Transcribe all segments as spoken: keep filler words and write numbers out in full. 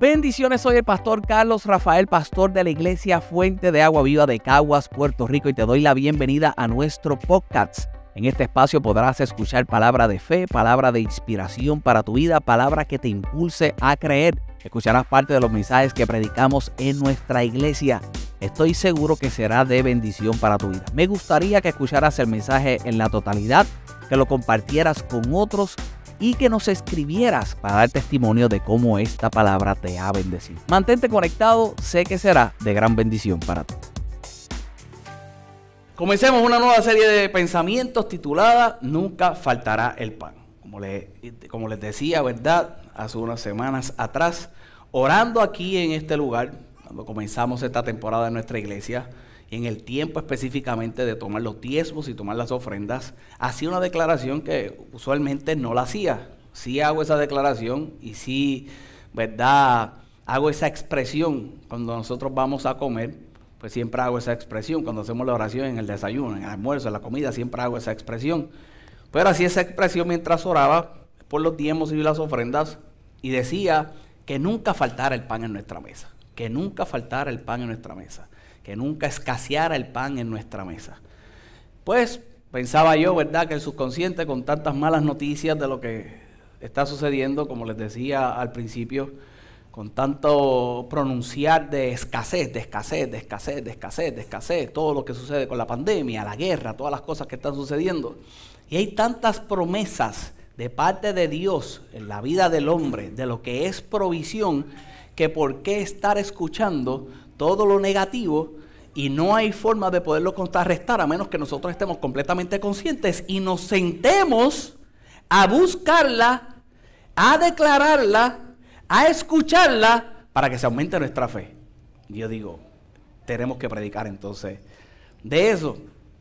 Bendiciones, soy el pastor Carlos Rafael, pastor de la iglesia Fuente de Agua Viva de Caguas, Puerto Rico, y te doy la bienvenida a nuestro podcast. En este espacio podrás escuchar palabra de fe, palabra de inspiración para tu vida, palabra que te impulse a creer. Escucharás parte de los mensajes que predicamos en nuestra iglesia. Estoy seguro que será de bendición para tu vida. Me gustaría que escucharas el mensaje en la totalidad, que lo compartieras con otros y que nos escribieras para dar testimonio de cómo esta palabra te ha bendecido. Mantente conectado, sé que será de gran bendición para ti. Comencemos una nueva serie de pensamientos titulada Nunca faltará el pan. Como, le, como les decía, ¿verdad? Hace unas semanas atrás, orando aquí en este lugar, cuando comenzamos esta temporada en nuestra iglesia, en el tiempo específicamente de tomar los diezmos y tomar las ofrendas, hacía una declaración que usualmente no la hacía. Sí hago esa declaración y sí, ¿verdad? Hago esa expresión cuando nosotros vamos a comer, pues siempre hago esa expresión. Cuando hacemos la oración en el desayuno, en el almuerzo, en la comida, siempre hago esa expresión. Pero hacía esa expresión mientras oraba por los diezmos y las ofrendas y decía que nunca faltara el pan en nuestra mesa, que nunca faltara el pan en nuestra mesa. Que nunca escaseara el pan en nuestra mesa. Pues pensaba yo, ¿verdad?, que el subconsciente, con tantas malas noticias de lo que está sucediendo, como les decía al principio, con tanto pronunciar de escasez, de escasez, de escasez, de escasez, de escasez, todo lo que sucede con la pandemia, la guerra, todas las cosas que están sucediendo. Y hay tantas promesas de parte de Dios en la vida del hombre, de lo que es provisión, que por qué estar escuchando todo lo negativo y no hay forma de poderlo contrarrestar a menos que nosotros estemos completamente conscientes y nos sentemos a buscarla, a declararla, a escucharla para que se aumente nuestra fe. Yo digo, tenemos que predicar entonces de eso.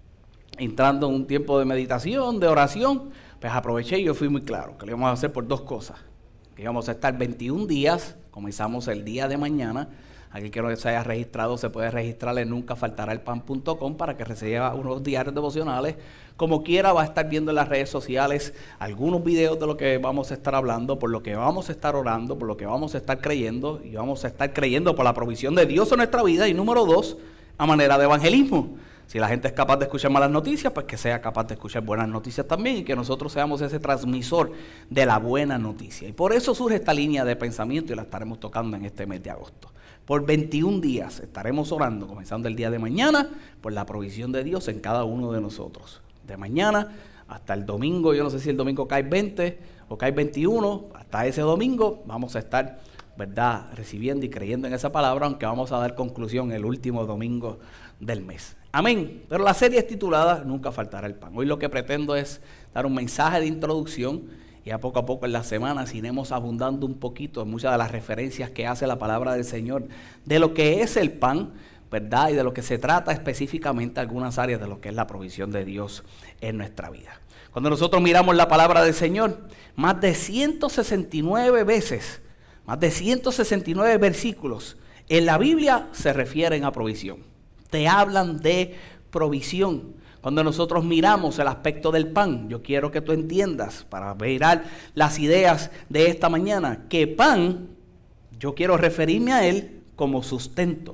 Entrando en un tiempo de meditación, de oración, pues aproveché y yo fui muy claro que lo íbamos a hacer por dos cosas. Que íbamos a estar veintiún días, comenzamos el día de mañana. Aquel que no se haya registrado se puede registrar en nunca faltará el pan punto com para que reciba unos diarios devocionales. Como quiera, va a estar viendo en las redes sociales algunos videos de lo que vamos a estar hablando, por lo que vamos a estar orando, por lo que vamos a estar creyendo, y vamos a estar creyendo por la provisión de Dios en nuestra vida. Y número dos, a manera de evangelismo. Si la gente es capaz de escuchar malas noticias, pues que sea capaz de escuchar buenas noticias también y que nosotros seamos ese transmisor de la buena noticia. Y por eso surge esta línea de pensamiento y la estaremos tocando en este mes de agosto. Por veintiún días estaremos orando, comenzando el día de mañana, por la provisión de Dios en cada uno de nosotros. De mañana hasta el domingo, yo no sé si el domingo cae veinte o cae veintiuno, hasta ese domingo vamos a estar, ¿verdad?, recibiendo y creyendo en esa palabra, aunque vamos a dar conclusión el último domingo del mes. Amén. Pero la serie es titulada Nunca faltará el pan. Hoy lo que pretendo es dar un mensaje de introducción y a poco a poco en las semanas iremos abundando un poquito en muchas de las referencias que hace la palabra del Señor de lo que es el pan, ¿verdad? Y de lo que se trata específicamente algunas áreas de lo que es la provisión de Dios en nuestra vida. Cuando nosotros miramos la palabra del Señor, más de ciento sesenta y nueve veces, más de ciento sesenta y nueve versículos en la Biblia se refieren a provisión. Te hablan de provisión. Cuando nosotros miramos el aspecto del pan, yo quiero que tú entiendas, para mirar las ideas de esta mañana, que pan, yo quiero referirme a él como sustento.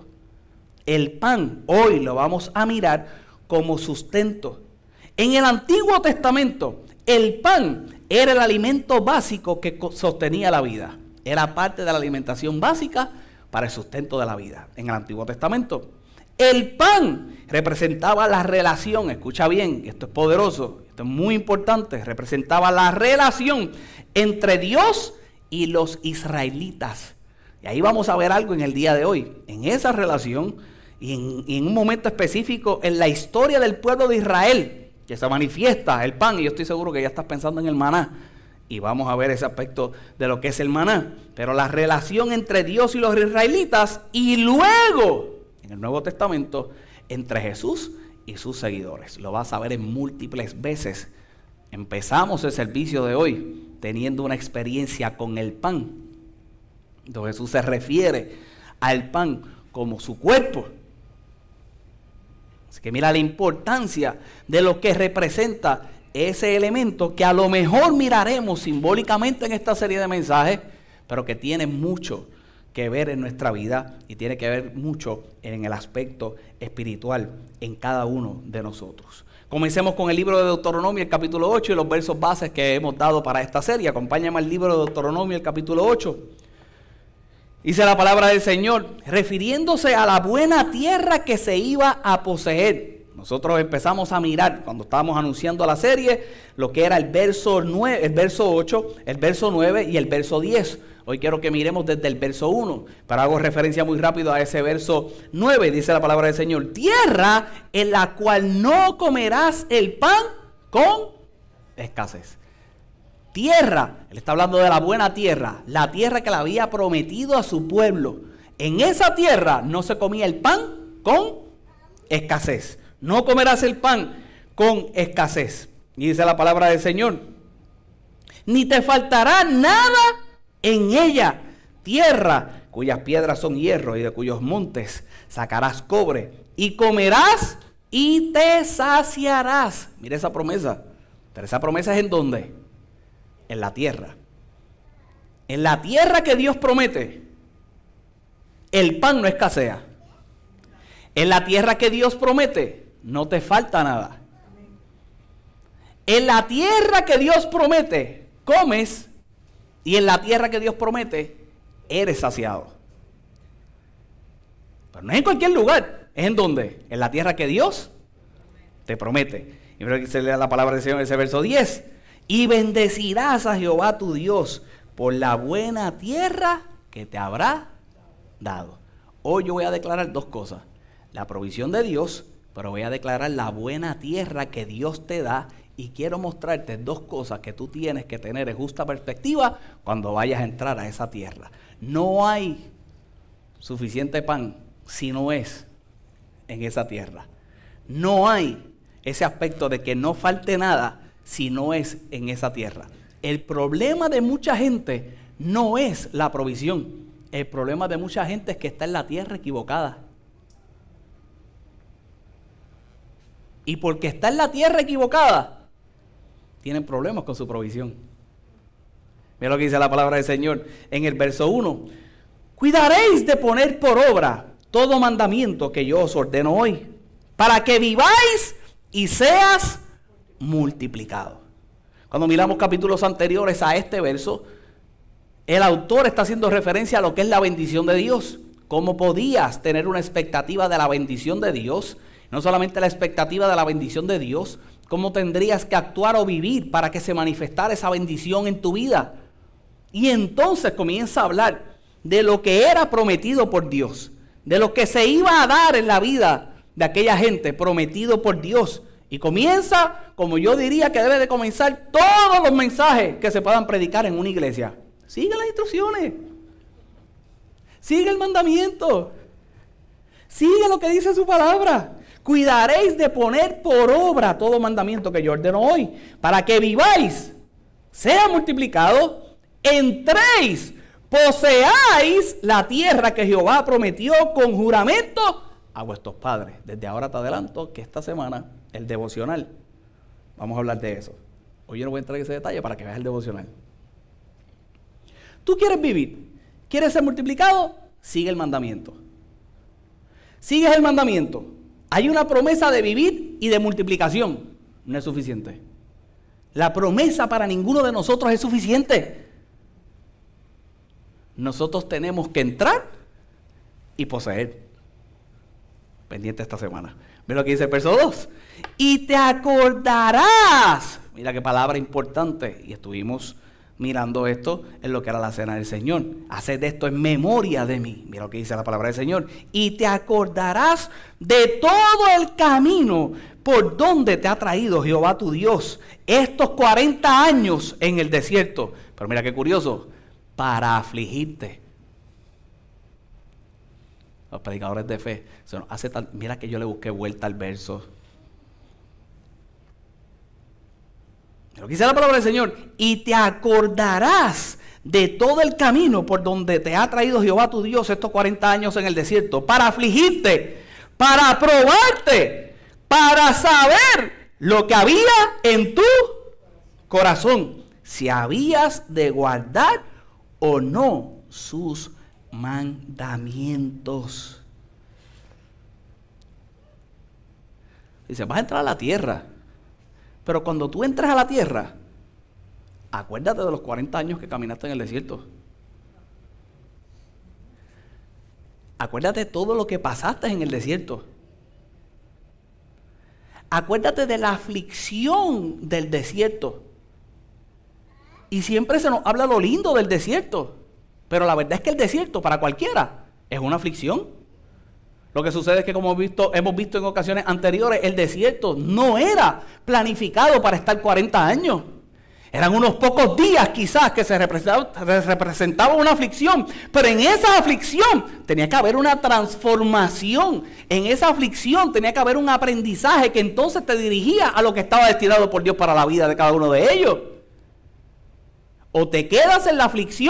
El pan, hoy lo vamos a mirar como sustento. En el Antiguo Testamento, el pan era el alimento básico que sostenía la vida. Era parte de la alimentación básica para el sustento de la vida en el Antiguo Testamento. El pan representaba la relación, escucha bien, esto es poderoso, esto es muy importante, representaba la relación entre Dios y los israelitas. Y ahí vamos a ver algo en el día de hoy, en esa relación y en, y en un momento específico en la historia del pueblo de Israel, que se manifiesta el pan, y yo estoy seguro que ya estás pensando en el maná, y vamos a ver ese aspecto de lo que es el maná, pero la relación entre Dios y los israelitas, y luego en el Nuevo Testamento, entre Jesús y sus seguidores. Lo vas a ver en múltiples veces. Empezamos el servicio de hoy teniendo una experiencia con el pan, donde Jesús se refiere al pan como su cuerpo. Así que mira la importancia de lo que representa ese elemento que a lo mejor miraremos simbólicamente en esta serie de mensajes, pero que tiene mucho que ver en nuestra vida y tiene que ver mucho en el aspecto espiritual en cada uno de nosotros. Comencemos con el libro de Deuteronomio, el capítulo ocho, y los versos bases que hemos dado para esta serie. Acompáñame al libro de Deuteronomio, el capítulo ocho. Dice la palabra del Señor, refiriéndose a la buena tierra que se iba a poseer. Nosotros empezamos a mirar, cuando estábamos anunciando la serie, lo que era el verso nueve, el verso ocho, el verso nueve y el verso diez. Hoy quiero que miremos desde el verso uno, pero hago referencia muy rápido a ese verso nueve. Dice la palabra del Señor, tierra en la cual no comerás el pan con escasez. Tierra, él está hablando de la buena tierra, la tierra que le había prometido a su pueblo. En esa tierra no se comía el pan con escasez. No comerás el pan con escasez. Y dice la palabra del Señor, ni te faltará nada en ella, tierra cuyas piedras son hierro y de cuyos montes sacarás cobre, y comerás y te saciarás. Mira esa promesa. Pero esa promesa es ¿en dónde? En la tierra. En la tierra que Dios promete, el pan no escasea. En la tierra que Dios promete, no te falta nada. En la tierra que Dios promete, comes, y en la tierra que Dios promete, eres saciado. Pero no es en cualquier lugar. ¿Es en dónde? En la tierra que Dios te promete. Y creo que se lea la palabra del Señor en ese verso diez. Y bendecirás a Jehová tu Dios por la buena tierra que te habrá dado. Hoy yo voy a declarar dos cosas. La provisión de Dios, pero voy a declarar la buena tierra que Dios te da. Y quiero mostrarte dos cosas que tú tienes que tener en justa perspectiva cuando vayas a entrar a esa tierra. No hay suficiente pan si no es en esa tierra. No hay ese aspecto de que no falte nada si no es en esa tierra. El problema de mucha gente no es la provisión. El problema de mucha gente es que está en la tierra equivocada. Y porque está en la tierra equivocada, tienen problemas con su provisión. Mira lo que dice la palabra del Señor en el verso uno. Cuidaréis de poner por obra todo mandamiento que yo os ordeno hoy, para que viváis y seas multiplicado. Cuando miramos capítulos anteriores a este verso, el autor está haciendo referencia a lo que es la bendición de Dios. ¿Cómo podías tener una expectativa de la bendición de Dios? No solamente la expectativa de la bendición de Dios, cómo tendrías que actuar o vivir para que se manifestara esa bendición en tu vida. Y entonces comienza a hablar de lo que era prometido por Dios, de lo que se iba a dar en la vida de aquella gente, prometido por Dios. Y comienza, como yo diría que debe de comenzar todos los mensajes que se puedan predicar en una iglesia. Sigue las instrucciones, sigue el mandamiento, sigue lo que dice su palabra. Cuidaréis de poner por obra todo mandamiento que yo ordeno hoy, para que viváis, sea multiplicado, entréis, poseáis la tierra que Jehová prometió con juramento a vuestros padres. Desde ahora te adelanto que esta semana, el devocional, vamos a hablar de eso. Hoy yo no voy a entrar en ese detalle para que veas el devocional. ¿Tú quieres vivir? ¿Quieres ser multiplicado? Sigue el mandamiento. Sigues el mandamiento. Hay una promesa de vivir y de multiplicación. No es suficiente. La promesa para ninguno de nosotros es suficiente. Nosotros tenemos que entrar y poseer. Pendiente esta semana. Ve lo que dice el verso dos. Y te acordarás. Mira qué palabra importante. Y estuvimos mirando esto en lo que era la cena del Señor. Haced esto en memoria de mí. Mira lo que dice la palabra del Señor. Y te acordarás de todo el camino por donde te ha traído Jehová tu Dios estos cuarenta años en el desierto. Pero mira qué curioso. Para afligirte. Los predicadores de fe. Se nos hace tal, mira que yo le busqué vuelta al verso. Lo que dice la palabra del Señor, y te acordarás de todo el camino por donde te ha traído Jehová tu Dios estos cuarenta años en el desierto, para afligirte, para probarte, para saber lo que había en tu corazón, si habías de guardar o no sus mandamientos. Dice, vas a entrar a la tierra. Pero cuando tú entras a la tierra, acuérdate de los cuarenta años que caminaste en el desierto. Acuérdate de todo lo que pasaste en el desierto. Acuérdate de la aflicción del desierto. Y siempre se nos habla lo lindo del desierto. Pero la verdad es que el desierto, para cualquiera, es una aflicción. Lo que sucede es que, como hemos visto, hemos visto en ocasiones anteriores, el desierto no era planificado para estar cuarenta años. Eran unos pocos días quizás que se representaba, representaba una aflicción, pero en esa aflicción tenía que haber una transformación. En esa aflicción tenía que haber un aprendizaje que entonces te dirigía a lo que estaba destinado por Dios para la vida de cada uno de ellos. O te quedas en la aflicción,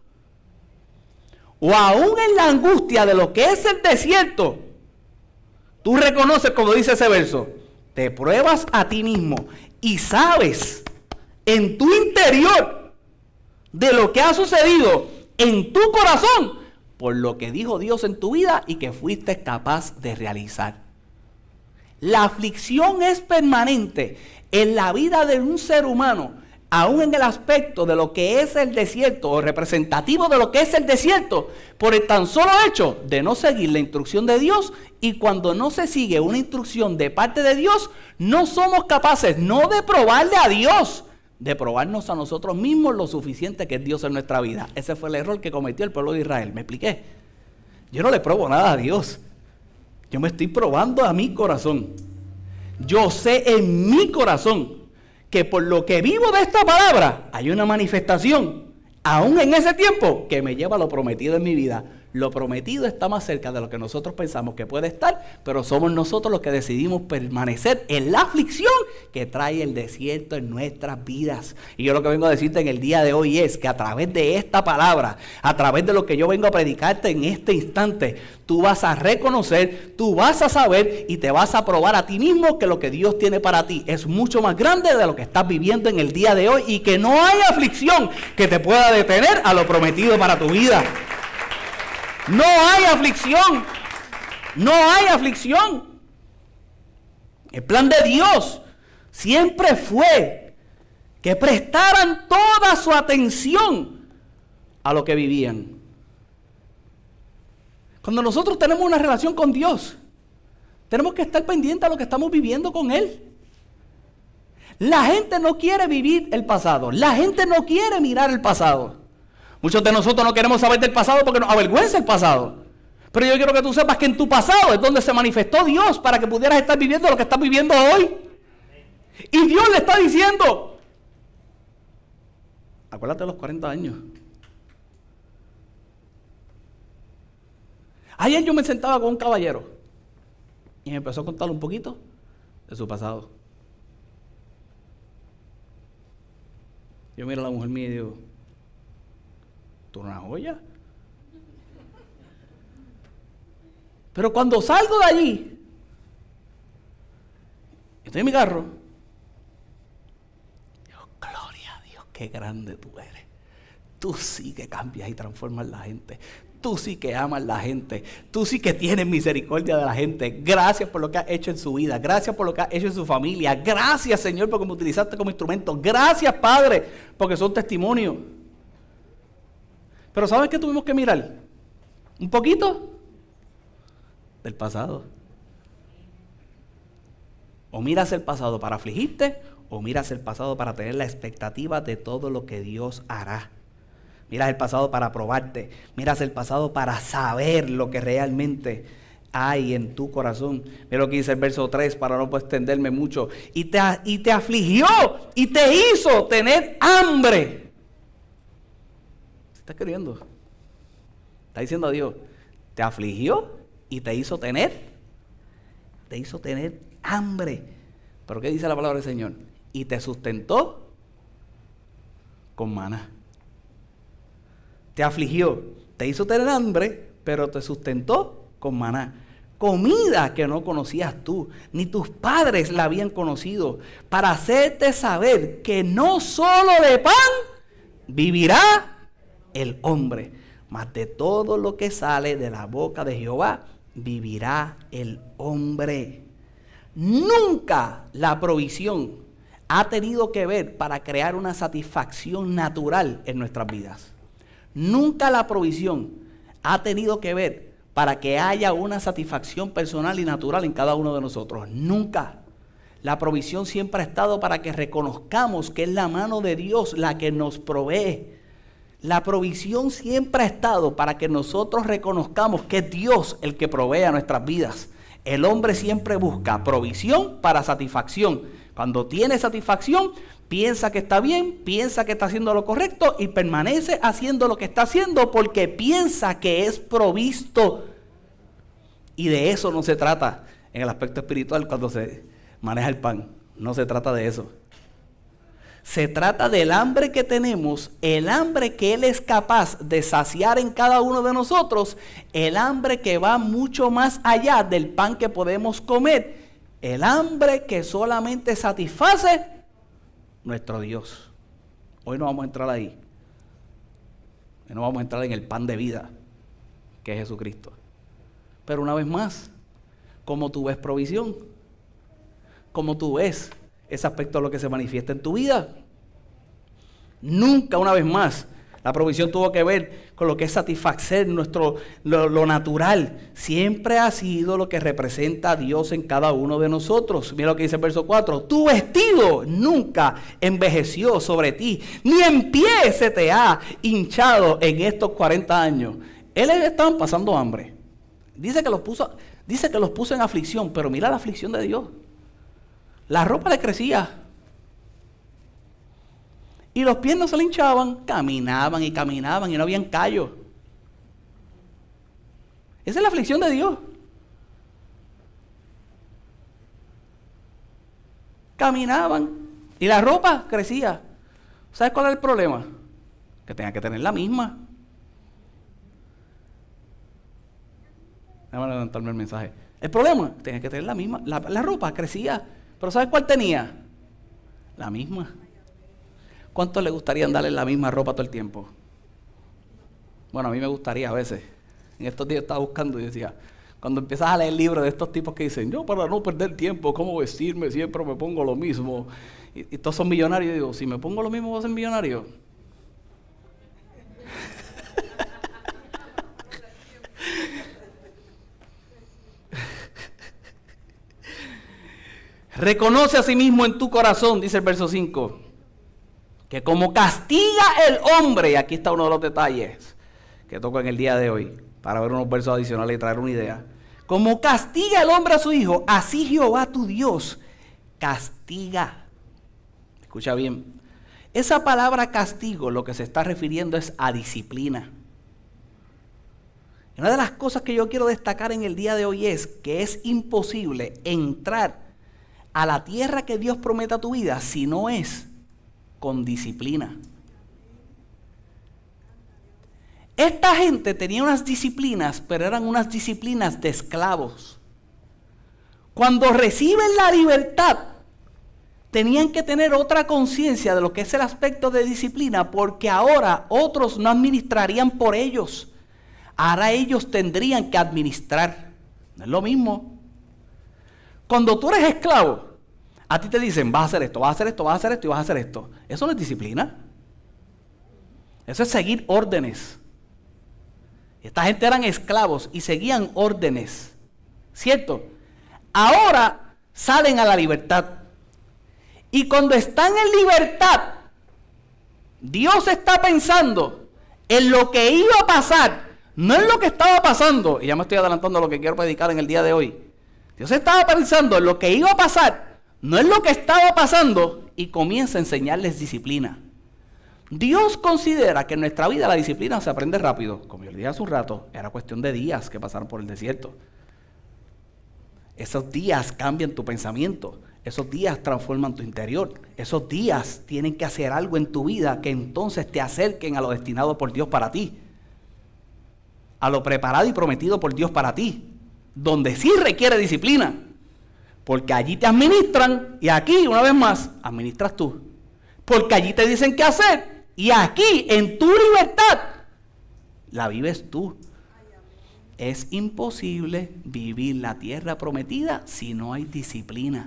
o aún en la angustia de lo que es el desierto, tú reconoces, como dice ese verso, te pruebas a ti mismo y sabes en tu interior de lo que ha sucedido en tu corazón por lo que dijo Dios en tu vida y que fuiste capaz de realizar. La aflicción es permanente en la vida de un ser humano, aún en el aspecto de lo que es el desierto, o representativo de lo que es el desierto, por el tan solo hecho de no seguir la instrucción de Dios. Y cuando no se sigue una instrucción de parte de Dios, no somos capaces no de probarle a Dios, de probarnos a nosotros mismos lo suficiente que es Dios en nuestra vida. Ese fue el error que cometió el pueblo de Israel. ¿Me expliqué? Yo no le pruebo nada a Dios. Yo me estoy probando a mi corazón. Yo sé en mi corazón que por lo que vivo de esta palabra hay una manifestación, aún en ese tiempo, que me lleva a lo prometido en mi vida. Lo prometido está más cerca de lo que nosotros pensamos que puede estar, pero somos nosotros los que decidimos permanecer en la aflicción que trae el desierto en nuestras vidas. Y yo lo que vengo a decirte en el día de hoy es que a través de esta palabra, a través de lo que yo vengo a predicarte en este instante, tú vas a reconocer, tú vas a saber y te vas a probar a ti mismo que lo que Dios tiene para ti es mucho más grande de lo que estás viviendo en el día de hoy y que no hay aflicción que te pueda detener a lo prometido para tu vida. No hay aflicción, no hay aflicción. El plan de Dios siempre fue que prestaran toda su atención a lo que vivían. Cuando nosotros tenemos una relación con Dios, tenemos que estar pendientes a lo que estamos viviendo con Él. La gente no quiere vivir el pasado, la gente no quiere mirar el pasado. Muchos de nosotros no queremos saber del pasado porque nos avergüenza el pasado. Pero yo quiero que tú sepas que en tu pasado es donde se manifestó Dios para que pudieras estar viviendo lo que estás viviendo hoy. Y Dios le está diciendo, acuérdate de los cuarenta años. Ayer yo me sentaba con un caballero y me empezó a contar un poquito de su pasado. Yo miro a la mujer mía y digo, ¿tú eres una joya? Pero cuando salgo de allí, estoy en mi carro, digo, gloria a Dios, qué grande tú eres. Tú sí que cambias y transformas la gente. Tú sí que amas a la gente. Tú sí que tienes misericordia de la gente. Gracias por lo que has hecho en su vida. Gracias por lo que has hecho en su familia. Gracias, Señor, porque me utilizaste como instrumento. Gracias, Padre, porque son testimonios. Pero ¿sabes qué tuvimos que mirar? Un poquito del pasado. O miras el pasado para afligirte, o miras el pasado para tener la expectativa de todo lo que Dios hará. Miras el pasado para probarte. Miras el pasado para saber lo que realmente hay en tu corazón. Mira lo que dice el verso tres, para no extenderme mucho. Y te, y te afligió y te hizo tener hambre. Está queriendo. Está diciendo a Dios, te afligió y te hizo tener, te hizo tener hambre. ¿Pero qué dice la palabra del Señor? Y te sustentó con maná. Te afligió, te hizo tener hambre, pero te sustentó con maná. Comida que no conocías tú, ni tus padres la habían conocido, para hacerte saber que no solo de pan vivirá el hombre, mas de todo lo que sale de la boca de Jehová vivirá el hombre. Nunca la provisión ha tenido que ver para crear una satisfacción natural en nuestras vidas. Nunca la provisión ha tenido que ver para que haya una satisfacción personal y natural en cada uno de nosotros. Nunca. La provisión siempre ha estado para que reconozcamos que es la mano de Dios la que nos provee. La provisión siempre ha estado para que nosotros reconozcamos que es Dios el que provee a nuestras vidas. El hombre siempre busca provisión para satisfacción. Cuando tiene satisfacción, piensa que está bien, piensa que está haciendo lo correcto y permanece haciendo lo que está haciendo porque piensa que es provisto. Y de eso no se trata en el aspecto espiritual cuando se maneja el pan. No se trata de eso. Se trata del hambre que tenemos, el hambre que Él es capaz de saciar en cada uno de nosotros, el hambre que va mucho más allá del pan que podemos comer, el hambre que solamente satisface nuestro Dios. Hoy no vamos a entrar ahí. Hoy no vamos a entrar en el pan de vida, que es Jesucristo. Pero una vez más, ¿cómo tú ves provisión? ¿Cómo tú ves ese aspecto de lo que se manifiesta en tu vida? Nunca, una vez más, la provisión tuvo que ver con lo que es satisfacer nuestro, lo, lo natural. Siempre ha sido lo que representa a Dios en cada uno de nosotros. Mira lo que dice el verso cuatro. Tu vestido nunca envejeció sobre ti, ni en pie se te ha hinchado en estos cuarenta años. Él estaban pasando hambre. Dice que los puso, dice que los puso en aflicción, pero mira la aflicción de Dios. La ropa le crecía. Y los pies no se le hinchaban, caminaban y caminaban y no habían callos. Esa es la aflicción de Dios. Caminaban y la ropa crecía. ¿Sabes cuál es el problema? Que tenía que tener la misma. Déjame levantarme el mensaje. El problema, tenía que tener la misma. La, la ropa crecía. Pero ¿sabes cuál tenía? La misma. ¿Cuántos le gustaría darle la misma ropa todo el tiempo? Bueno, a mí me gustaría a veces. En estos días estaba buscando y decía, cuando empiezas a leer libros de estos tipos que dicen, yo para no perder tiempo, ¿cómo vestirme? Siempre me pongo lo mismo. Y, y todos son millonarios. Y digo, si me pongo lo mismo, ¿voy a ser millonario? Reconoce a sí mismo en tu corazón, dice el verso cinco, que como castiga el hombre, y aquí está uno de los detalles que toco en el día de hoy, para ver unos versos adicionales y traer una idea. Como castiga el hombre a su hijo, así Jehová tu Dios castiga. Escucha bien, esa palabra castigo lo que se está refiriendo es a disciplina. Y una de las cosas que yo quiero destacar en el día de hoy es que es imposible entrar a la tierra que Dios promete a tu vida si no es con disciplina. Esta gente tenía unas disciplinas, pero eran unas disciplinas de esclavos. Cuando reciben la libertad, tenían que tener otra conciencia de lo que es el aspecto de disciplina, porque ahora otros no administrarían por ellos. Ahora ellos tendrían que administrar. No es lo mismo. Cuando tú eres esclavo, a ti te dicen, vas a hacer esto, vas a hacer esto, vas a hacer esto y vas a hacer esto. Eso no es disciplina. Eso es seguir órdenes. Esta gente eran esclavos y seguían órdenes. ¿Cierto? Ahora salen a la libertad. Y cuando están en libertad, Dios está pensando en lo que iba a pasar, no en lo que estaba pasando. Y ya me estoy adelantando a lo que quiero predicar en el día de hoy. Dios estaba pensando en lo que iba a pasar, no en lo que estaba pasando, y comienza a enseñarles disciplina. Dios considera que en nuestra vida la disciplina se aprende rápido. Como yo le dije hace un rato, era cuestión de días que pasaron por el desierto. Esos días cambian tu pensamiento, esos días transforman tu interior, esos días tienen que hacer algo en tu vida que entonces te acerquen a lo destinado por Dios para ti, a lo preparado y prometido por Dios para ti. Donde sí requiere disciplina, porque allí te administran y aquí, una vez más, administras tú, porque allí te dicen qué hacer y aquí, en tu libertad, la vives tú. Es imposible vivir la tierra prometida si no hay disciplina.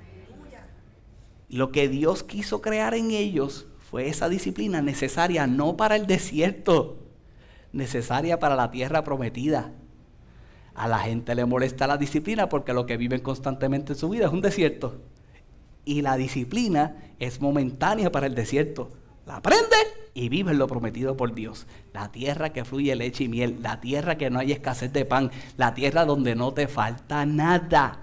Lo que Dios quiso crear en ellos fue esa disciplina necesaria no para el desierto, necesaria para la tierra prometida. A la gente le molesta la disciplina porque lo que viven constantemente en su vida es un desierto. Y la disciplina es momentánea para el desierto. La aprendes y vives lo prometido por Dios. La tierra que fluye leche y miel, la tierra que no hay escasez de pan, la tierra donde no te falta nada.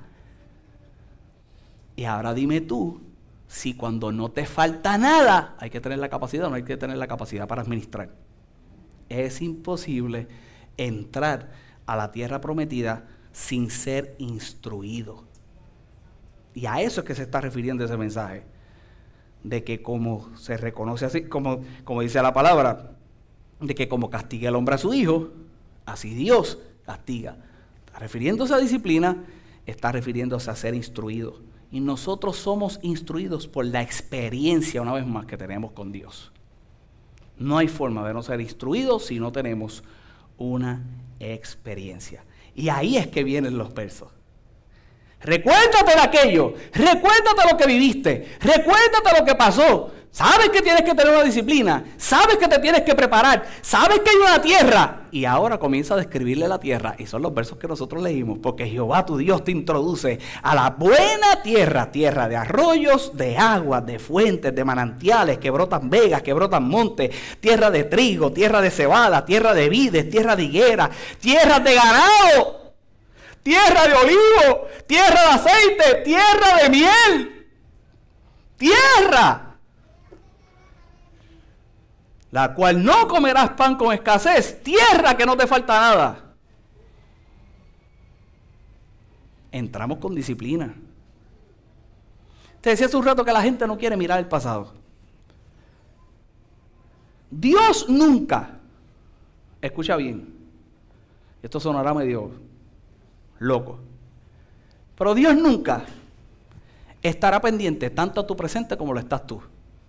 Y ahora dime tú, si cuando no te falta nada, hay que tener la capacidad o no hay que tener la capacidad para administrar. Es imposible entrar a la tierra prometida sin ser instruido. Y a eso es que se está refiriendo ese mensaje. De que como se reconoce así, como, como dice la palabra, de que como castiga el hombre a su hijo, así Dios castiga. Está refiriéndose a disciplina, está refiriéndose a ser instruido. Y nosotros somos instruidos por la experiencia, una vez más, que tenemos con Dios. No hay forma de no ser instruidos si no tenemos una experiencia. Y ahí es que vienen los versos. Recuérdate de aquello, recuérdate lo que viviste, recuérdate lo que pasó. Sabes que tienes que tener una disciplina, sabes que te tienes que preparar, sabes que hay una tierra. Y ahora comienza a describirle la tierra. Y son los versos que nosotros leímos. Porque Jehová tu Dios te introduce a la buena tierra, tierra de arroyos, de aguas, de fuentes, de manantiales, que brotan vegas, que brotan montes, tierra de trigo, tierra de cebada, tierra de vides, tierra de higuera, tierra de ganado, tierra de olivo, tierra de aceite, tierra de miel, tierra, la cual no comerás pan con escasez, tierra que no te falta nada. Entramos con disciplina. Te decía hace un rato que la gente no quiere mirar el pasado. Dios nunca, escucha bien, esto sonará medio loco, pero Dios nunca estará pendiente tanto a tu presente como lo estás tú.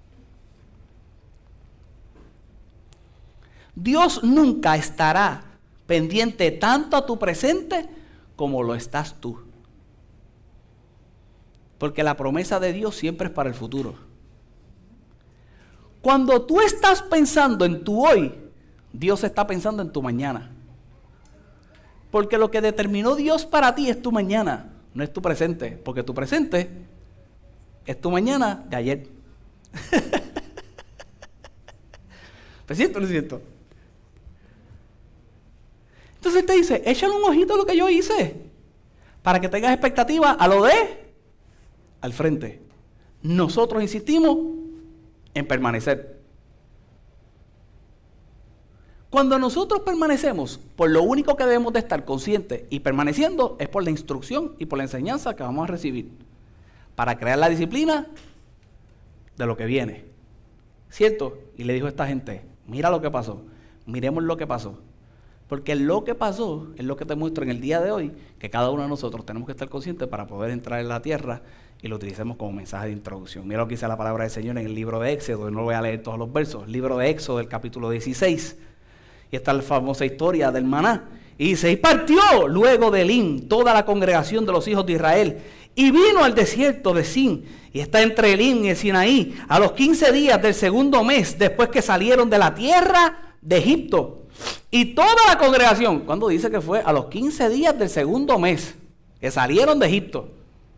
Dios nunca estará pendiente tanto a tu presente como lo estás tú. Porque la promesa de Dios siempre es para el futuro. Cuando tú estás pensando en tu hoy, Dios está pensando en tu mañana. Porque lo que determinó Dios para ti es tu mañana, no es tu presente. Porque tu presente es tu mañana de ayer. ¿Es cierto o no es cierto? Entonces te dice, échale un ojito a lo que yo hice, para que tengas expectativa a lo de al frente. Nosotros insistimos en permanecer. Cuando nosotros permanecemos, por lo único que debemos de estar conscientes y permaneciendo es por la instrucción y por la enseñanza que vamos a recibir, para crear la disciplina de lo que viene. ¿Cierto? Y le dijo a esta gente, mira lo que pasó, miremos lo que pasó. Porque lo que pasó es lo que te muestro en el día de hoy, que cada uno de nosotros tenemos que estar conscientes para poder entrar en la tierra y lo utilicemos como mensaje de introducción. Mira lo que dice la palabra del Señor en el libro de Éxodo, no voy a leer todos los versos, libro de Éxodo, el capítulo dieciséis. Y está la famosa historia del maná. Y dice, y partió luego de Elim toda la congregación de los hijos de Israel, y vino al desierto de Sin, y está entre Elim y el Sinaí, a los quince días del segundo mes, después que salieron de la tierra de Egipto. Y toda la congregación, cuando dice que fue a los quince días del segundo mes, que salieron de Egipto.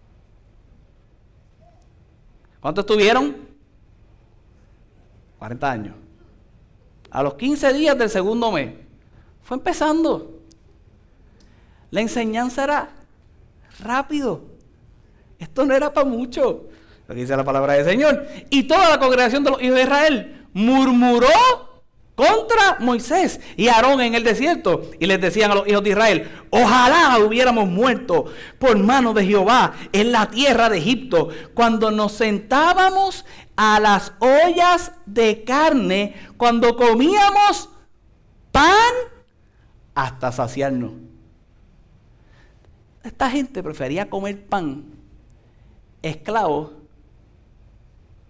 ¿Cuánto estuvieron? cuarenta años. A los quince días del segundo mes. Fue empezando. La enseñanza era rápido. Esto no era para mucho. Lo que dice la palabra del Señor. Y toda la congregación de los hijos de Israel murmuró contra Moisés y Aarón en el desierto. Y les decían a los hijos de Israel, ojalá hubiéramos muerto por mano de Jehová en la tierra de Egipto, cuando nos sentábamos a las ollas de carne, cuando comíamos pan hasta saciarnos. Esta gente prefería comer pan esclavo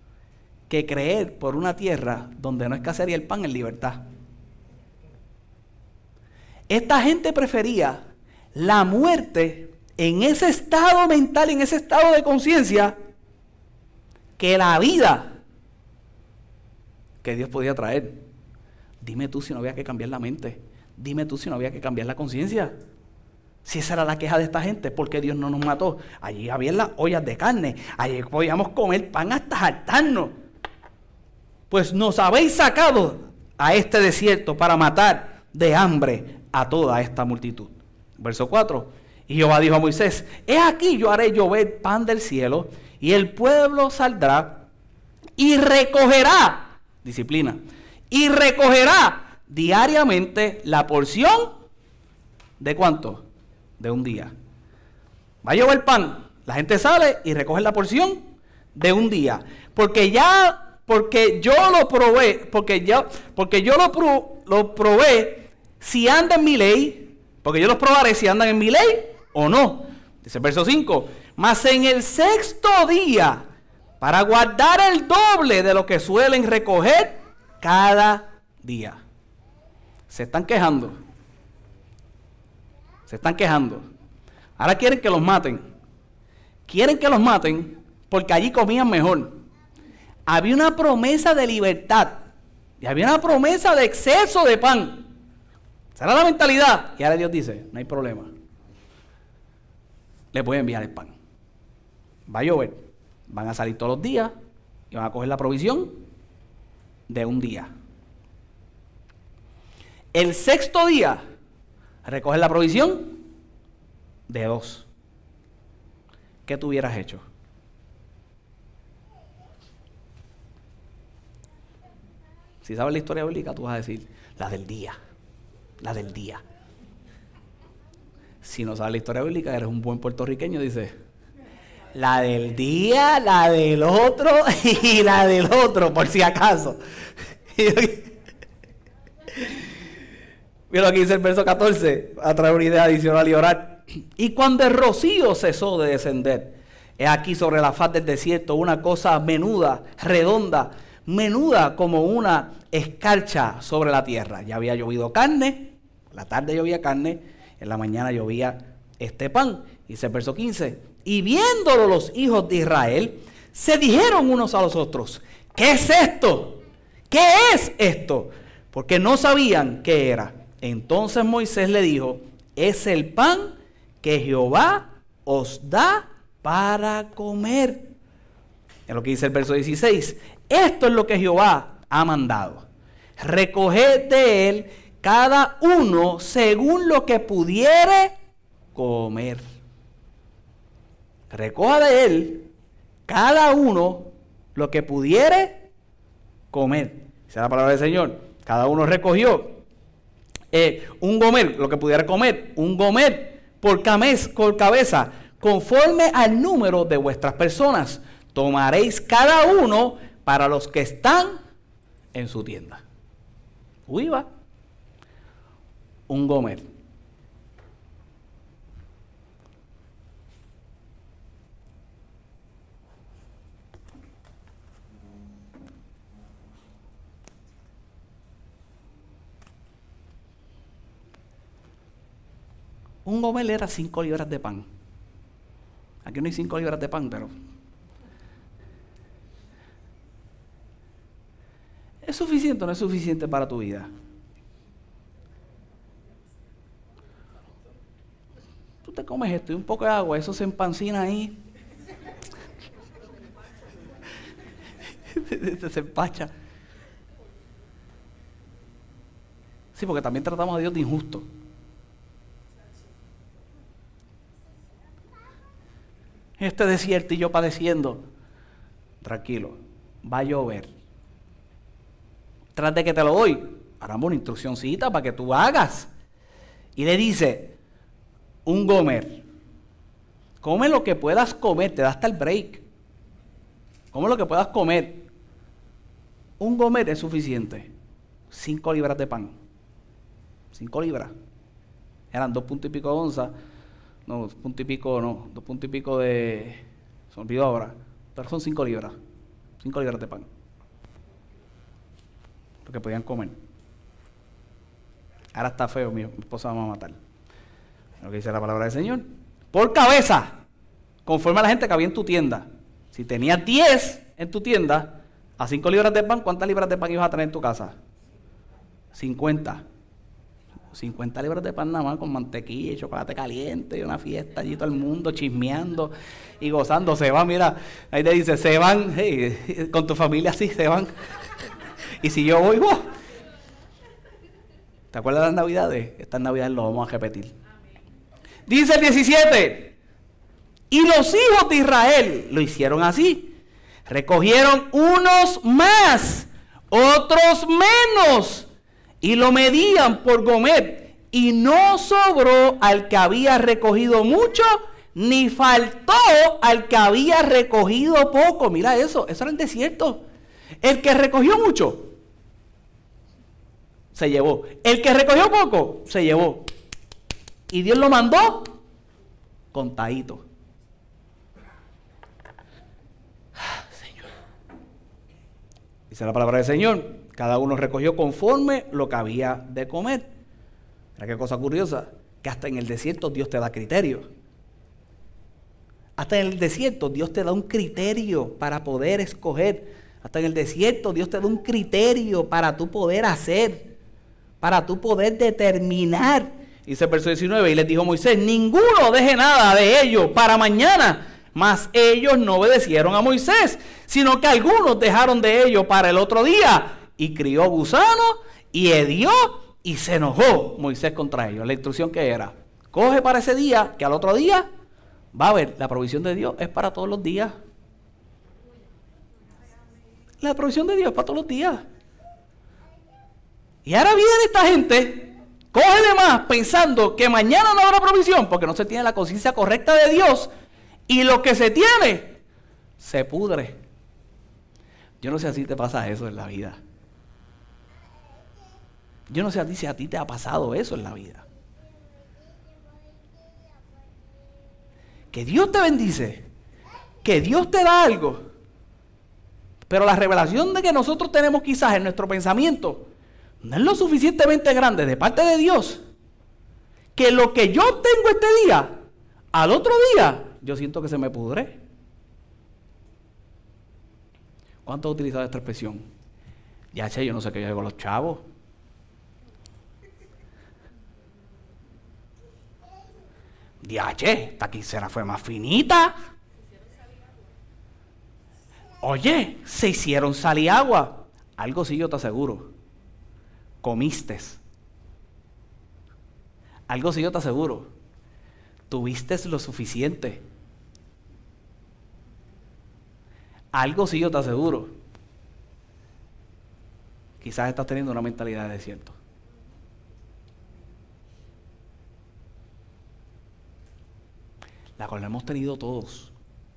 que creer por una tierra donde no escasearía el pan en libertad. Esta gente prefería la muerte en ese estado mental, en ese estado de conciencia, que la vida que Dios podía traer. Dime tú si no había que cambiar la mente. Dime tú si no había que cambiar la conciencia. Si esa era la queja de esta gente, ¿por qué Dios no nos mató? Allí había las ollas de carne, allí podíamos comer pan hasta hartarnos. Pues nos habéis sacado a este desierto para matar de hambre a toda esta multitud. Verso cuatro. Y Jehová dijo a Moisés: he aquí yo haré llover pan del cielo, y el pueblo saldrá y recogerá, disciplina, y recogerá diariamente la porción de ¿cuánto? De un día. Va a llover pan, la gente sale y recoge la porción de un día, porque ya, porque yo lo probé, porque ya, porque yo lo, pro, lo probé, si anda en mi ley, porque yo los probaré si andan en mi ley o no. Dice el verso cinco, mas en el sexto día, para guardar el doble de lo que suelen recoger cada día. Se están quejando. Se están quejando. Ahora quieren que los maten. Quieren que los maten porque allí comían mejor. Había una promesa de libertad. Y había una promesa de exceso de pan. Esa era la mentalidad. Y ahora Dios dice, no hay problema. Les voy a enviar el pan. Va a llover. Van a salir todos los días y van a coger la provisión de un día. El sexto día, recoger la provisión de dos. ¿Qué tú hubieras hecho? Si sabes la historia bíblica, tú vas a decir, la del día. La del día. Si no sabes la historia bíblica, eres un buen puertorriqueño, dice, la del día, la del otro y la del otro, por si acaso. Mira lo que dice el verso catorce, a traer una idea adicional y orar. Y cuando el rocío cesó de descender, he aquí sobre la faz del desierto una cosa menuda, redonda, menuda como una escarcha sobre la tierra. Ya había llovido carne, la tarde llovía carne, en la mañana llovía este pan. Dice el verso quince, y viéndolo los hijos de Israel, se dijeron unos a los otros, ¿qué es esto? ¿Qué es esto? Porque no sabían qué era. Entonces Moisés le dijo, es el pan que Jehová os da para comer. Es lo que dice el verso dieciséis. Esto es lo que Jehová ha mandado. Recoged de él cada uno según lo que pudiere comer. Recoja de él cada uno lo que pudiere comer. Esa es la palabra del Señor. Cada uno recogió eh, un gomer, lo que pudiera comer, un gomer por, camés, por cabeza, conforme al número de vuestras personas. Tomaréis cada uno para los que están en su tienda. Uy, va. Un gomer. Un gomer era cinco libras de pan. Aquí no hay cinco libras de pan, pero ¿es suficiente o no es suficiente para tu vida? Tú te comes esto y un poco de agua, eso se empancina ahí. Se empacha. Sí, porque también tratamos a Dios de injusto. Este desierto y yo padeciendo. Tranquilo, va a llover. Tras de que te lo doy, haremos una instruccióncita para que tú hagas. Y le dice, un gomer. Come lo que puedas comer, te da hasta el break. Come lo que puedas comer. Un gomer es suficiente. Cinco libras de pan. Cinco libras. Eran dos puntos y pico de onza. No, dos puntos y pico, no. Dos puntos y pico de... Se me olvidó ahora. Pero son cinco libras. Cinco libras de pan. Lo que podían comer. ahora está feo, mi esposa me va a matar. Lo que dice la palabra del Señor. Por cabeza, conforme a la gente que había en tu tienda. Si tenías diez en tu tienda, a cinco libras de pan, ¿cuántas libras de pan ibas a tener en tu casa? cincuenta. cincuenta libras de pan nada más con mantequilla y chocolate caliente y una fiesta allí todo el mundo chismeando y gozando. Se van, mira, ahí te dice, se van, hey, con tu familia así, se van. Y si yo voy, ¡oh! ¿Te acuerdas de las navidades? Estas navidades lo vamos a repetir. Dice el diecisiete, y los hijos de Israel lo hicieron así. Recogieron unos más, otros menos, y lo medían por gomer, y no sobró al que había recogido mucho, ni faltó al que había recogido poco. Mira eso, eso era el desierto. El que recogió mucho, se llevó. El que recogió poco, se llevó. Y Dios lo mandó contadito. Señor. Dice la palabra del Señor. Cada uno recogió conforme lo que había de comer. Mira qué cosa curiosa. Que hasta en el desierto Dios te da criterio. Hasta en el desierto Dios te da un criterio para poder escoger. Hasta en el desierto Dios te da un criterio para tú poder hacer. Para tú poder determinar. Dice el verso diecinueve, y les dijo Moisés, ninguno deje nada de ellos para mañana. Mas ellos no obedecieron a Moisés, sino que algunos dejaron de ellos para el otro día. Y crió gusano, y hedió, y se enojó Moisés contra ellos. La instrucción que era, coge para ese día, que al otro día va a haber, la provisión de Dios es para todos los días. La provisión de Dios es para todos los días. Y ahora viene esta gente... Coge de más pensando que mañana no habrá provisión porque no se tiene la conciencia correcta de Dios y lo que se tiene se pudre. Yo no sé si te pasa eso en la vida. Yo no sé a ti si a ti te ha pasado eso en la vida. Que Dios te bendice, que Dios te da algo, pero la revelación de que nosotros tenemos quizás en nuestro pensamiento no es lo suficientemente grande de parte de Dios, que lo que yo tengo este día, al otro día, yo siento que se me pudre. ¿Cuánto he utilizado esta expresión? Ya che, yo no sé qué yo hago con los chavos. Diache, esta quincena fue más finita. Oye, se hicieron sal y agua. Algo sí yo te aseguro. Comiste. Algo sí yo te aseguro. Tuviste lo suficiente. Algo sí yo te aseguro. Quizás estás teniendo una mentalidad de desierto. La cual la hemos tenido todos.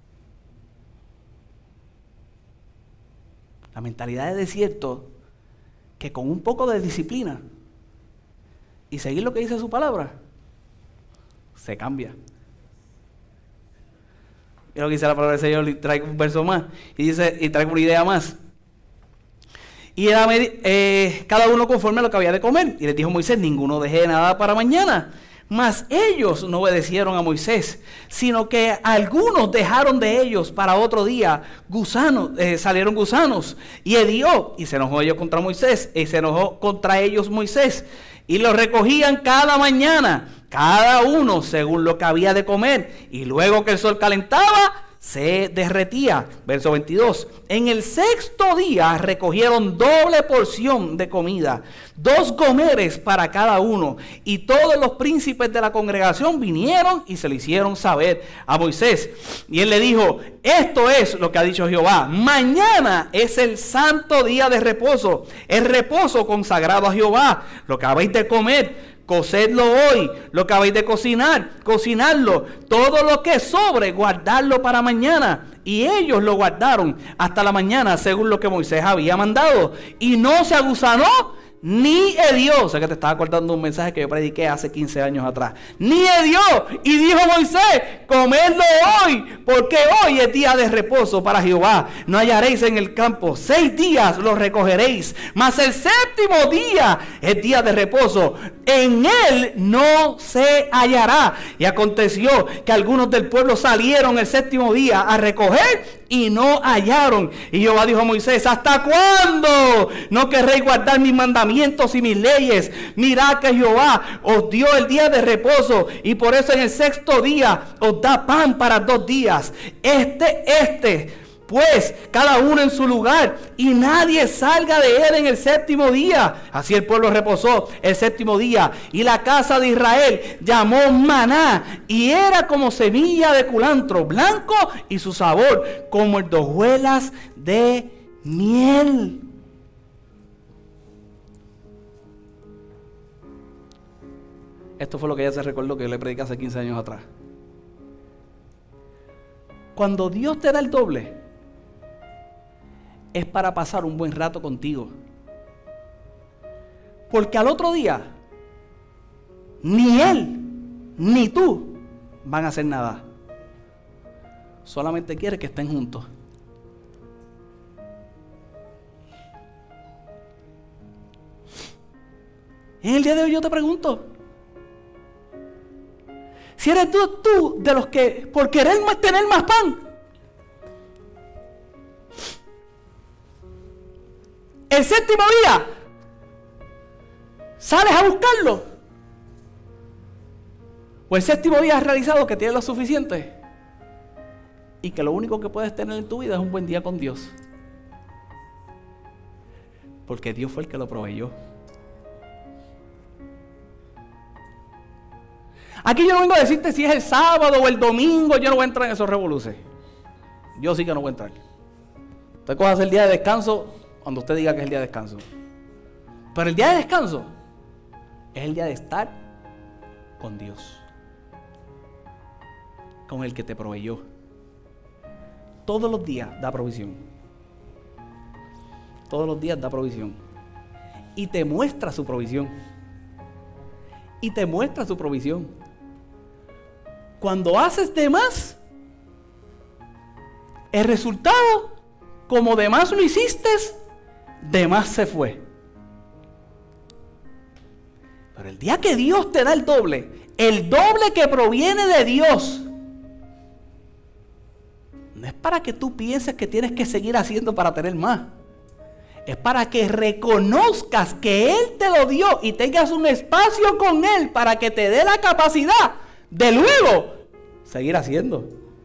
La mentalidad de desierto que con un poco de disciplina y seguir lo que dice su palabra, se cambia. Y lo que dice la palabra del Señor, y traigo un verso más, y dice, y traigo una idea más. Y era, eh, cada uno conforme a lo que había de comer. Y les dijo Moisés, ninguno deje nada para mañana. Mas ellos no obedecieron a Moisés, sino que algunos dejaron de ellos para otro día. Gusanos, eh, salieron gusanos y hedió, y se enojó ellos contra Moisés, y se enojó contra ellos Moisés. Y los recogían cada mañana, cada uno según lo que había de comer. Y luego que el sol calentaba, se derretía. Verso veintidós. En el sexto día recogieron doble porción de comida, dos gomeres para cada uno. Y todos los príncipes de la congregación vinieron y se le hicieron saber a Moisés. Y él le dijo, esto es lo que ha dicho Jehová. Mañana es el santo día de reposo, el reposo consagrado a Jehová. Lo que habéis de comer, cocedlo hoy. Lo que habéis de cocinar, cocinadlo. Todo lo que sobre, guardadlo para mañana. Y ellos lo guardaron hasta la mañana, según lo que Moisés había mandado. Y no se agusanó ni hedió. O sea que te estaba acordando un mensaje que yo prediqué hace quince años atrás. Ni hedió. Y dijo Moisés, comedlo hoy, porque hoy es día de reposo para Jehová. No hallaréis en el campo. Seis días lo recogeréis. Mas el séptimo día es día de reposo. En él no se hallará. Y aconteció que algunos del pueblo salieron el séptimo día a recoger y no hallaron. Y Jehová dijo a Moisés, ¿hasta cuándo no querréis guardar mis mandamientos y mis leyes? Mirad que Jehová os dio el día de reposo, y por eso en el sexto día os da pan para dos días. Este, este, pues cada uno en su lugar, y nadie salga de él en el séptimo día. Así el pueblo reposó el séptimo día, y la casa de Israel llamó maná, y era como semilla de culantro blanco, y su sabor como el de hojuelas de miel. Esto fue lo que ella se recordó que yo le prediqué hace quince años atrás. Cuando Dios te da el doble, es para pasar un buen rato contigo. Porque al otro día, ni él, ni tú van a hacer nada. Solamente quiere que estén juntos. En el día de hoy yo te pregunto, si eres tú, tú de los que por querer tener más pan, el séptimo día sales a buscarlo, o el séptimo día has realizado que tienes lo suficiente y que lo único que puedes tener en tu vida es un buen día con Dios, porque Dios fue el que lo proveyó. Aquí yo no vengo a decirte si es el sábado o el domingo. Yo no voy a entrar en esos revoluces. Yo sí que no voy a entrar. Usted coja el día de descanso cuando usted diga que es el día de descanso. Pero el día de descanso es el día de estar con Dios, con el que te proveyó. Todos los días da provisión. Todos los días da provisión. Y te muestra su provisión. Y te muestra su provisión. Cuando haces de más, el resultado, como de más lo hiciste, de más se fue. Pero el día que Dios te da el doble, el doble que proviene de Dios, no es para que tú pienses que tienes que seguir haciendo para tener más. Es para que reconozcas que Él te lo dio y tengas un espacio con Él para que te dé la capacidad de luego seguir haciendo.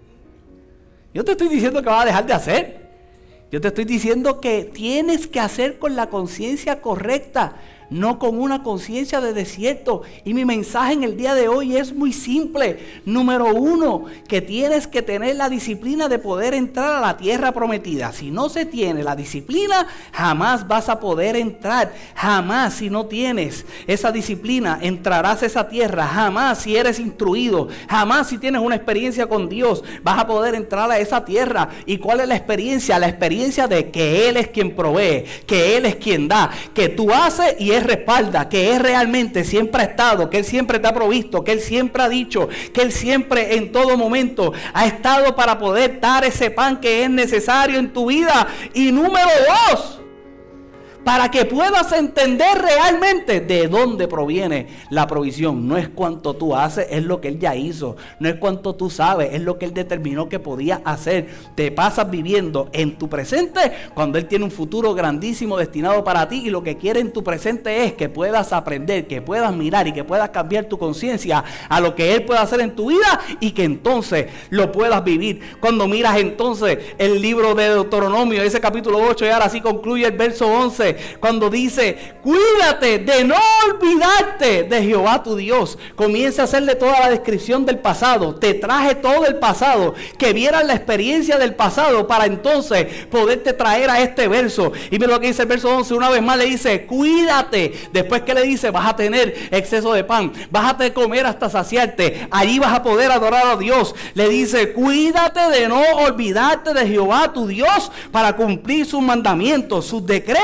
Yo te estoy diciendo que vas a dejar de hacer. Yo te estoy diciendo que tienes que hacer con la conciencia correcta, no con una conciencia de desierto. Y mi mensaje en el día de hoy es muy simple. Número uno, que tienes que tener la disciplina de poder entrar a la tierra prometida. Si no se tiene la disciplina, jamás vas a poder entrar. Jamás, si no tienes esa disciplina, entrarás a esa tierra. Jamás, si eres instruido, jamás si tienes una experiencia con Dios, vas a poder entrar a esa tierra. ¿Y cuál es la experiencia? La experiencia de que Él es quien provee, que Él es quien da, que tú haces y Él respalda, que Él realmente siempre ha estado, que Él siempre te ha provisto, que Él siempre ha dicho, que Él siempre en todo momento ha estado para poder dar ese pan que es necesario en tu vida. Y número dos, para que puedas entender realmente de dónde proviene la provisión. No es cuánto tú haces, es lo que Él ya hizo. No es cuánto tú sabes, es lo que Él determinó que podía hacer. Te pasas viviendo en tu presente cuando Él tiene un futuro grandísimo destinado para ti, y lo que quiere en tu presente es que puedas aprender, que puedas mirar y que puedas cambiar tu conciencia a lo que Él puede hacer en tu vida, y que entonces lo puedas vivir. Cuando miras entonces el libro de Deuteronomio, ese capítulo ocho, y ahora así concluye el verso once, cuando dice: cuídate de no olvidarte de Jehová tu Dios. Comienza a hacerle toda la descripción del pasado. Te traje todo el pasado, que vieras la experiencia del pasado para entonces poderte traer a este verso. Y mira lo que dice el verso once, una vez más le dice: cuídate. Después que le dice: vas a tener exceso de pan, vas a comer hasta saciarte, allí vas a poder adorar a Dios. Le dice: cuídate de no olvidarte de Jehová tu Dios para cumplir sus mandamientos, sus decretos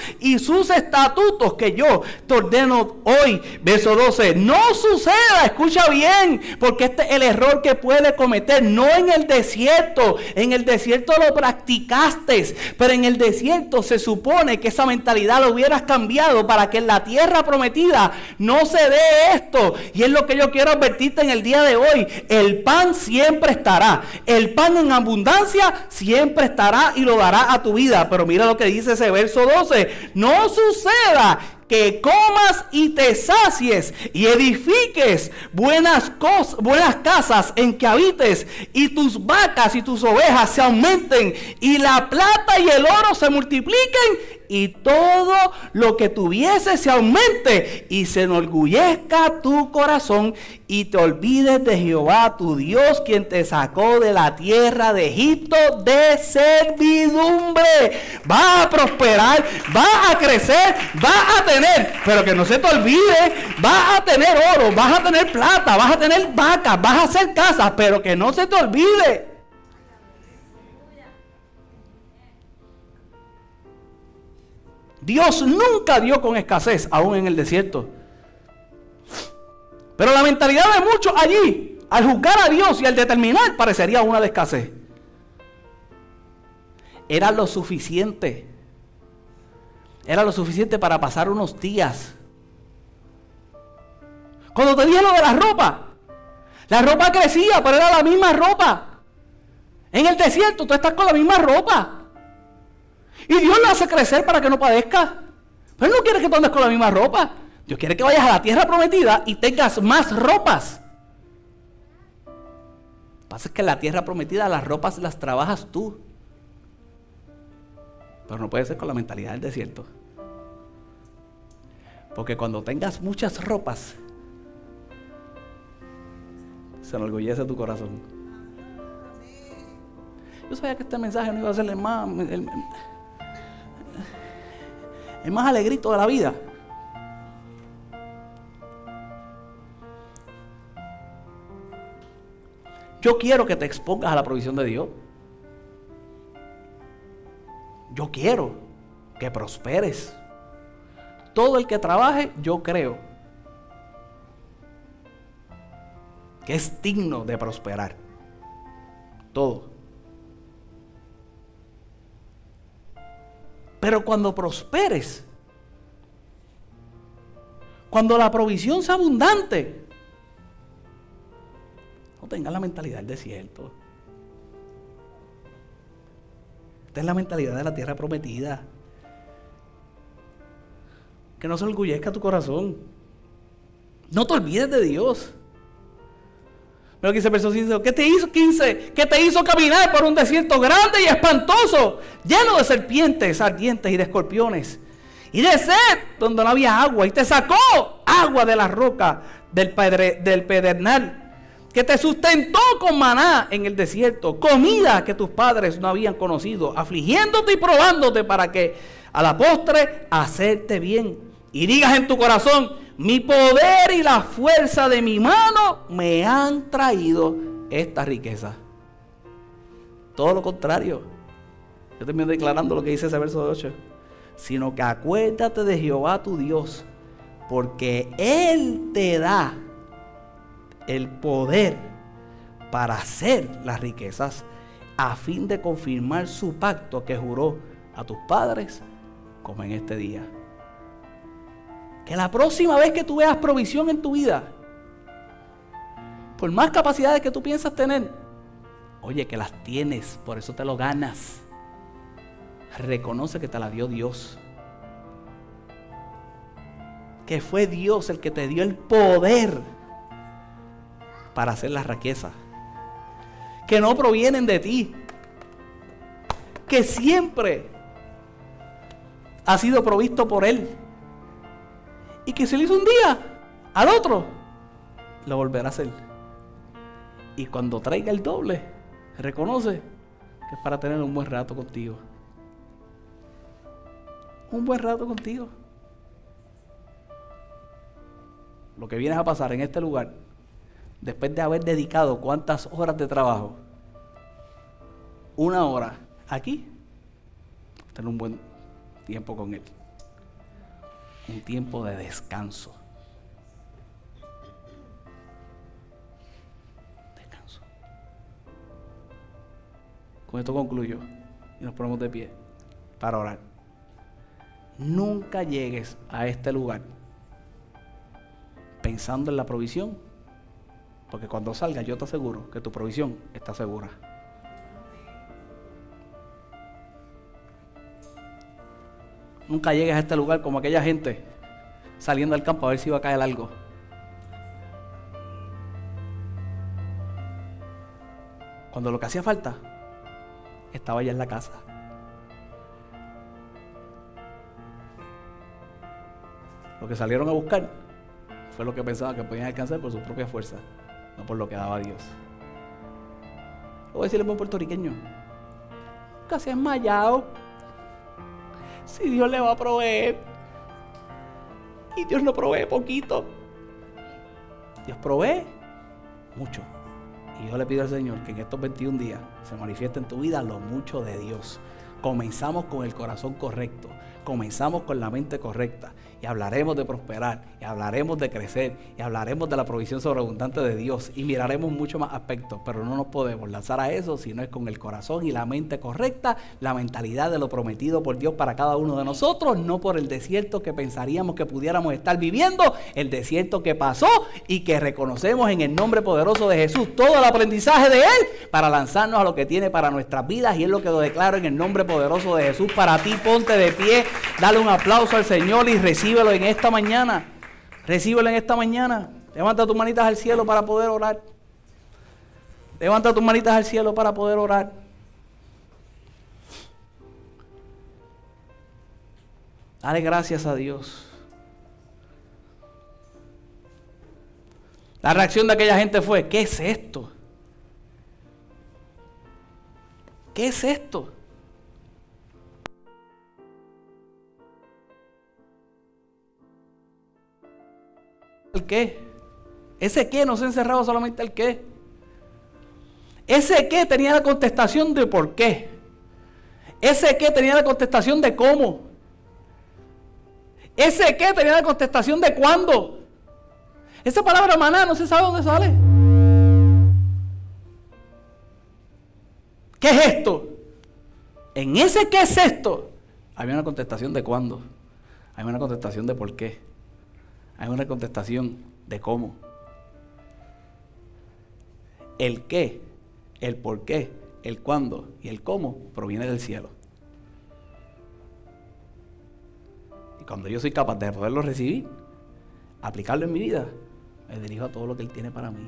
y sus estatutos que yo te ordeno hoy. Verso doce, no suceda, escucha bien, porque este es el error que puede cometer, no en el desierto, en el desierto lo practicaste, pero en el desierto se supone que esa mentalidad lo hubieras cambiado para que en la tierra prometida no se dé esto. Y es lo que yo quiero advertirte en el día de hoy. El pan siempre estará, el pan en abundancia siempre estará y lo dará a tu vida. Pero mira lo que dice ese verso doce, no suceda que comas y te sacies y edifiques buenas cosas, buenas casas en que habites, y tus vacas y tus ovejas se aumenten, y la plata y el oro se multipliquen, y todo lo que tuviese se aumente, y se enorgullezca tu corazón, y te olvides de Jehová tu Dios, quien te sacó de la tierra de Egipto de servidumbre. Vas a prosperar, vas a crecer, vas a tener, pero que no se te olvide, vas a tener oro, vas a tener plata, vas a tener vacas, vas a hacer casas, pero que no se te olvide. Dios nunca dio con escasez, aún en el desierto. Pero la mentalidad de muchos allí, al juzgar a Dios y al determinar, parecería una de escasez. Era lo suficiente. Era lo suficiente para pasar unos días. Cuando te dije lo de la ropa, la ropa crecía, pero era la misma ropa. En el desierto tú estás con la misma ropa. Y Dios la hace crecer para que no padezca. Pero Él no quiere que tú andes con la misma ropa. Dios quiere que vayas a la tierra prometida y tengas más ropas. Lo que pasa es que en la tierra prometida las ropas las trabajas tú. Pero no puede ser con la mentalidad del desierto. Porque cuando tengas muchas ropas, se enorgullece tu corazón. Yo sabía que este mensaje no iba a ser el más, el, el más alegrito de la vida. Yo quiero que te expongas a la provisión de Dios. Yo quiero que prosperes. Todo el que trabaje, yo creo que es digno de prosperar. Todo. Pero cuando prosperes, cuando la provisión sea abundante, no tengas la mentalidad del desierto. Esta es la mentalidad de la tierra prometida. Que no se orgullezca tu corazón. No te olvides de Dios. Pero que dice el verso quince, ¿qué te hizo quince? ¿Qué te hizo caminar por un desierto grande y espantoso, lleno de serpientes ardientes y de escorpiones, y de sed donde no había agua, y te sacó agua de la roca del, pedre, del pedernal, que te sustentó con maná en el desierto, comida que tus padres no habían conocido, afligiéndote y probándote para que a la postre hacerte bien, y digas en tu corazón, mi poder y la fuerza de mi mano me han traído esta riqueza. Todo lo contrario. Yo termino declarando lo que dice ese verso ocho. Sino que acuérdate de Jehová tu Dios, porque Él te da el poder para hacer las riquezas, a fin de confirmar su pacto que juró a tus padres, como en este día. Que la próxima vez que tú veas provisión en tu vida, por más capacidades que tú piensas tener, oye, que las tienes, por eso te lo ganas. Reconoce que te la dio Dios. Que fue Dios el que te dio el poder para hacer las riquezas. Que no provienen de ti. Que siempre ha sido provisto por Él. Y que se lo hizo un día, al otro, lo volverá a hacer. Y cuando traiga el doble, reconoce que es para tener un buen rato contigo. Un buen rato contigo. Lo que vienes a pasar en este lugar, después de haber dedicado cuántas horas de trabajo, una hora aquí, tener un buen tiempo con Él. un tiempo de descanso. Descanso. Con esto concluyo y nos ponemos de pie para orar. Nunca llegues a este lugar pensando en la provisión, porque cuando salgas yo te aseguro que tu provisión está segura. Nunca llegues a este lugar como aquella gente saliendo del campo a ver si iba a caer algo. Cuando lo que hacía falta estaba ya en la casa. Lo que salieron a buscar fue lo que pensaban que podían alcanzar por su propia fuerza, no por lo que daba Dios. Lo voy a decirle a un puertorriqueño: nunca se ha desmayado. Si Dios le va a proveer, y Dios no provee poquito, Dios provee mucho. Y yo le pido al Señor que en estos veintiún días se manifieste en tu vida lo mucho de Dios. Comenzamos con el corazón correcto, comenzamos con la mente correcta, y hablaremos de prosperar, y hablaremos de crecer, y hablaremos de la provisión sobreabundante de Dios, y miraremos muchos más aspectos, pero no nos podemos lanzar a eso si no es con el corazón y la mente correcta, la mentalidad de lo prometido por Dios para cada uno de nosotros, no por el desierto que pensaríamos que pudiéramos estar viviendo, el desierto que pasó y que reconocemos en el nombre poderoso de Jesús todo el aprendizaje de Él para lanzarnos a lo que tiene para nuestras vidas, y es lo que lo declaro en el nombre poderoso de Jesús. Para ti, ponte de pie, dale un aplauso al Señor y recíbelo en esta mañana. Recíbelo en esta mañana. Levanta tus manitas al cielo para poder orar. Levanta tus manitas al cielo para poder orar. Dale gracias a Dios. La reacción de aquella gente fue: ¿qué es esto? ¿Qué es esto? ¿El qué? Ese qué no se encerraba solamente el qué. Ese qué tenía la contestación de por qué. Ese qué tenía la contestación de cómo. Ese qué tenía la contestación de cuándo. Esa palabra maná no se sabe dónde sale. ¿Qué es esto? En ese qué es esto había una contestación de cuándo. Hay una contestación de por qué. Hay una contestación de cómo. El qué, el por qué, el cuándo y el cómo proviene del cielo. Y cuando yo soy capaz de poderlo recibir, aplicarlo en mi vida, me dirijo a todo lo que Él tiene para mí.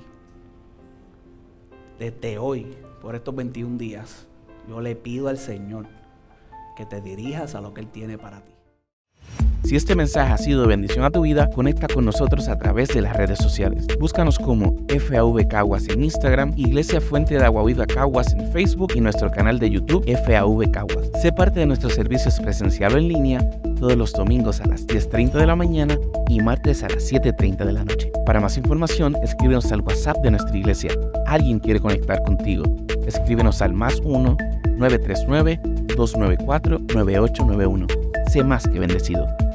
Desde hoy, por estos veintiún días, yo le pido al Señor que te dirijas a lo que Él tiene para ti. Si este mensaje ha sido de bendición a tu vida, conecta con nosotros a través de las redes sociales. Búscanos como F A V Caguas en Instagram, Iglesia Fuente de Agua Viva Caguas en Facebook y nuestro canal de YouTube F A V Caguas. Sé parte de nuestros servicios presencial o en línea todos los domingos a las diez treinta de la mañana y martes a las siete treinta de la noche. Para más información, escríbenos al WhatsApp de nuestra iglesia. Alguien quiere conectar contigo. Escríbenos al más uno nueve tres nueve dos nueve cuatro nueve ocho nueve uno. Sé más que bendecido.